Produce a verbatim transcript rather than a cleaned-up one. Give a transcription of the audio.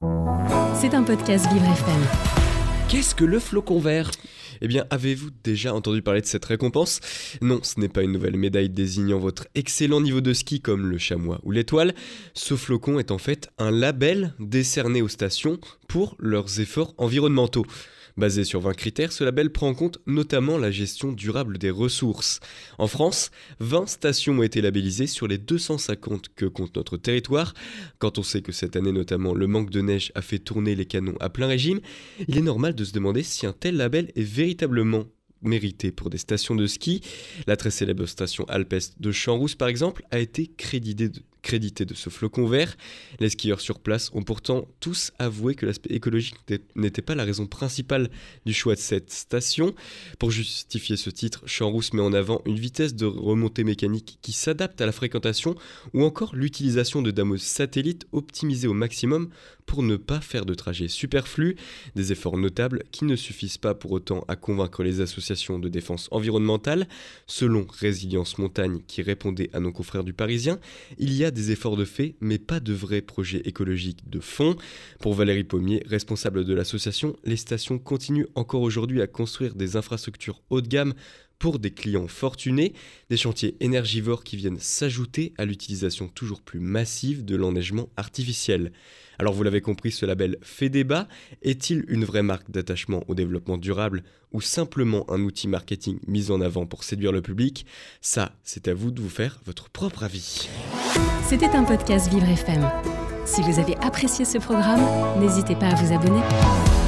C'est un podcast Vivre F M. Qu'est-ce que le flocon vert ? Eh bien, avez-vous déjà entendu parler de cette récompense ? Non, ce n'est pas une nouvelle médaille désignant votre excellent niveau de ski comme le chamois ou l'étoile. Ce flocon est en fait un label décerné aux stations pour leurs efforts environnementaux. Basé sur vingt critères, ce label prend en compte notamment la gestion durable des ressources. En France, vingt stations ont été labellisées sur les deux cent cinquante que compte notre territoire. Quand on sait que cette année notamment le manque de neige a fait tourner les canons à plein régime, il est normal de se demander si un tel label est véritablement mérité pour des stations de ski. La très célèbre station alpestre de Champs-Rousses par exemple a été créditée de, créditée de ce flocon vert. Les skieurs sur place ont pourtant tous avoué que l'aspect écologique n'était pas la raison principale du choix de cette station. Pour justifier ce titre, Champs-Rousses met en avant une vitesse de remontée mécanique qui s'adapte à la fréquentation ou encore l'utilisation de dameuses satellites optimisées au maximum pour ne pas faire de trajets superflus. Des efforts notables qui ne suffisent pas pour autant à convaincre les associations de défense environnementale. Selon Résilience Montagne, qui répondait à nos confrères du Parisien, il y a des efforts de fait, mais pas de vrais projets écologiques de fond. Pour Valérie Pommier, responsable de l'association, les stations continuent encore aujourd'hui à construire des infrastructures haut de gamme pour des clients fortunés, des chantiers énergivores qui viennent s'ajouter à l'utilisation toujours plus massive de l'enneigement artificiel. Alors vous l'avez compris, ce label fait débat. Est-il une vraie marque d'attachement au développement durable ou simplement un outil marketing mis en avant pour séduire le public ? Ça, c'est à vous de vous faire votre propre avis. C'était un podcast Vivre F M. Si vous avez apprécié ce programme, n'hésitez pas à vous abonner.